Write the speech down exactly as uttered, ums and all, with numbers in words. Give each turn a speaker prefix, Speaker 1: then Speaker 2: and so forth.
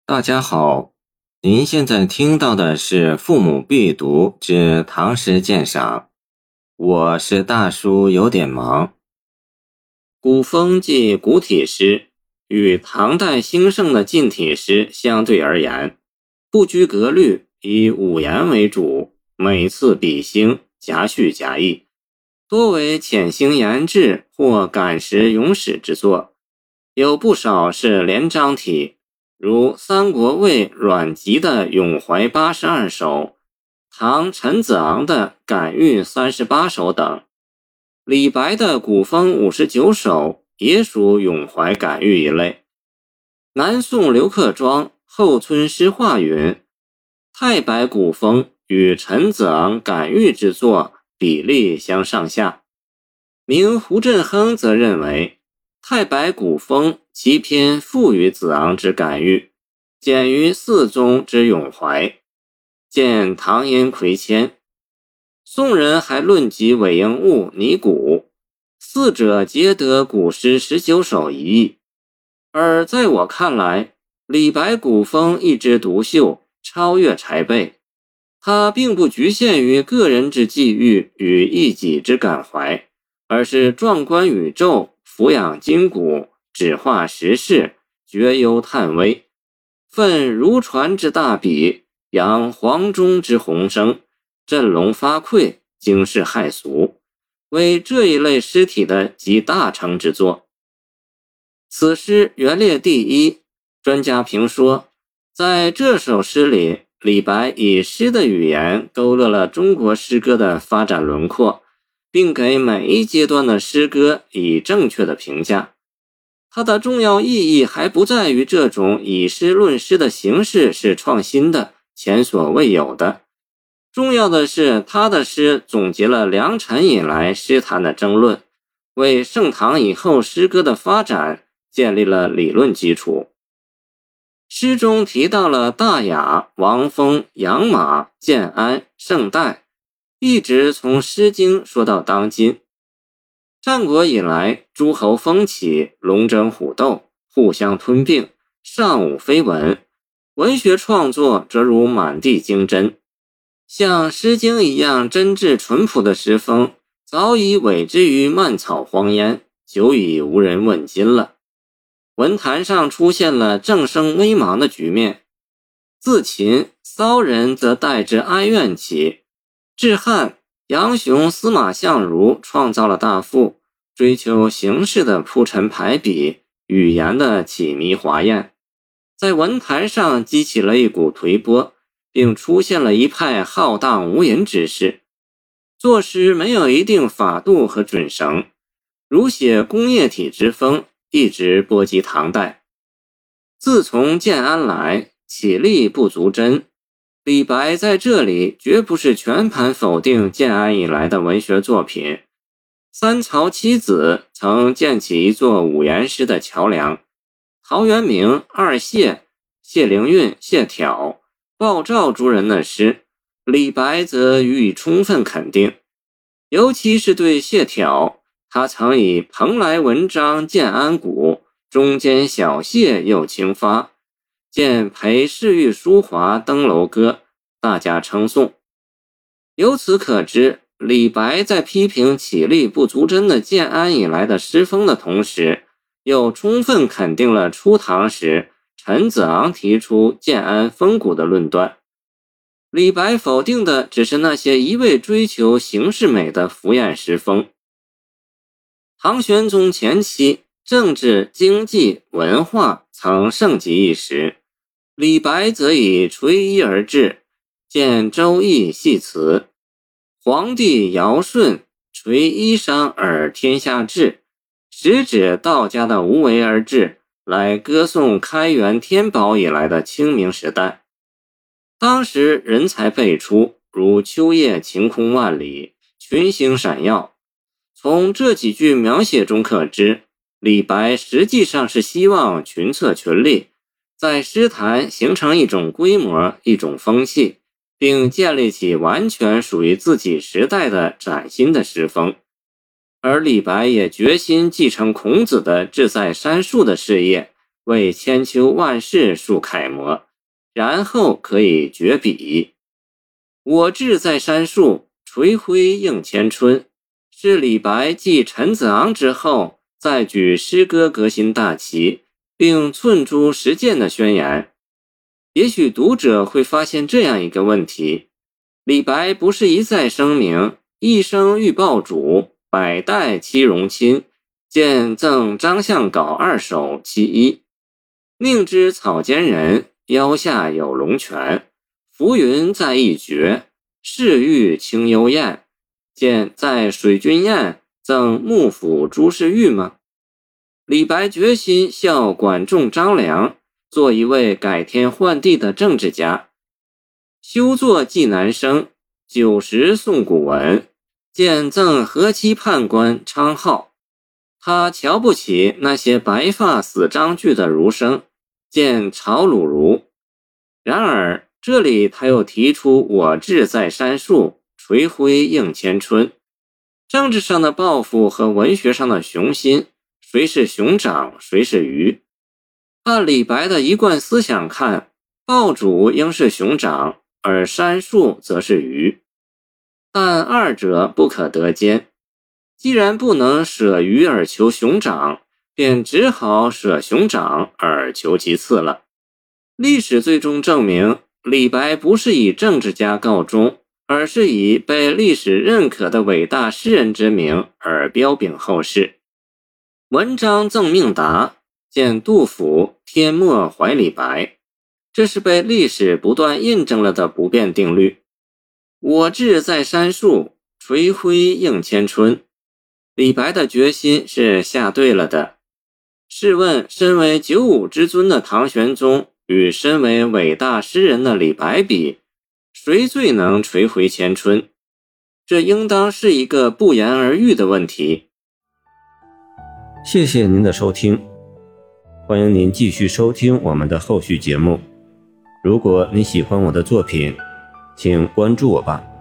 Speaker 1: 大家好，您现在听到的是《父母必读之唐诗鉴赏》，我是大叔，有点忙。古风即古体诗，与唐代兴盛的近体诗相对而言，不拘格律，以五言为主，每次比兴，夹叙夹议，多为潜行言志或感时咏史之作，有不少是连章体，如三国魏阮籍的咏怀八十二首，唐陈子昂的感遇三十八首等。李白的古风五十九首也属咏怀感遇一类。南宋刘克庄后村诗话云，太白古风与陈子昂感遇之作比例相上下。明胡振亨则认为，太白古风其篇富于子昂之感遇，简于四宗之咏怀，见唐寅魁谦。宋人还论及韦应物、倪古，四者皆得古诗十九首一义。而在我看来，李白古风一枝独秀，超越柴贝，他并不局限于个人之际遇与一己之感怀，而是壮观宇宙，俯仰今古，指画时事，绝幽叹微，奋如传之大笔，扬黄钟之洪声，振聋发聩，惊世骇俗，为这一类诗体的集大成之作。此诗原列第一，专家评说，在这首诗里，李白以诗的语言勾勒了中国诗歌的发展轮廓，并给每一阶段的诗歌以正确的评价。它的重要意义还不在于这种以诗论诗的形式是创新的，前所未有的。重要的是，他的诗总结了梁陈以来诗坛的争论，为盛唐以后诗歌的发展建立了理论基础。诗中提到了大雅、王风、杨马、建安、圣代，一直从《诗经》说到当今。战国以来，诸侯风起，龙争虎斗，互相吞并，尚武非文，文学创作则如满地经针。像《诗经》一样真挚淳朴的诗风，早已委之于蔓草荒烟，久已无人问津了。文坛上出现了正声微茫的局面。自秦，骚人则代之哀怨起；至汉，杨雄、司马相如创造了大赋，追求形式的铺陈排比，语言的绮靡华艳，在文坛上激起了一股颓波，并出现了一派浩荡无垠之势。作诗没有一定法度和准绳，如写工业体之风一直波及唐代。自从建安来，起立不足真。李白在这里绝不是全盘否定建安以来的文学作品。三曹七子曾建起一座五言诗的桥梁，陶渊明、二谢、谢灵运、谢朓、鲍照诸人的诗，李白则予以充分肯定。尤其是对谢朓，他曾以蓬莱文章建安骨，中间小谢又清发，见陪侍御书华登楼歌，大家称颂。由此可知，李白在批评起立不足真的建安以来的诗风的同时，又充分肯定了初唐时陈子昂提出建安风骨的论断。李白否定的只是那些一味追求形式美的浮艳诗风。唐玄宗前期，政治、经济、文化曾盛极一时，李白则以垂衣而治，见《周易》系辞：皇帝尧舜，垂衣裳而天下治，实指道家的无为而治，来歌颂开元天宝以来的清明时代。当时人才辈出，如秋叶晴空万里，群星闪耀。从这几句描写中可知，李白实际上是希望群策群力，在诗坛形成一种规模、一种风气，并建立起完全属于自己时代的崭新的诗风。而李白也决心继承孔子的志在山树的事业， 为千秋万世树楷模，然后可以绝笔。我志在山树，垂晖映千春，是李白继陈子昂之后再举诗歌革新大旗，并寸诛实践的宣言。也许读者会发现这样一个问题：李白不是一再声明一生欲报主，百代其荣亲，见赠张相稿二首其一。宁知草间人，腰下有龙泉，浮云在一绝，世欲清幽晏，见在水君宴赠幕府朱士玉吗？李白决心效管仲张良，做一位改天换地的政治家。休作济南生，九十诵古文，见赠河西判官昌浩。他瞧不起那些白发死章句的儒生，见曹鲁儒。然而这里他又提出我志在山树，垂晖映千春。政治上的抱负和文学上的雄心，谁是熊掌谁是鱼？按李白的一贯思想看，报主应是熊掌，而山树则是鱼。但二者不可得兼，既然不能舍鱼而求熊掌，便只好舍熊掌而求其次了。历史最终证明，李白不是以政治家告终，而是以被历史认可的伟大诗人之名而彪炳后世。文章赠命达，见杜甫天末怀李白，这是被历史不断印证了的不变定律。我志在山树，垂晖映千春。李白的决心是下对了的。试问身为九五之尊的唐玄宗与身为伟大诗人的李白比，谁最能垂晖千春？这应当是一个不言而喻的问题。
Speaker 2: 谢谢您的收听，欢迎您继续收听我们的后续节目。如果你喜欢我的作品，请关注我吧。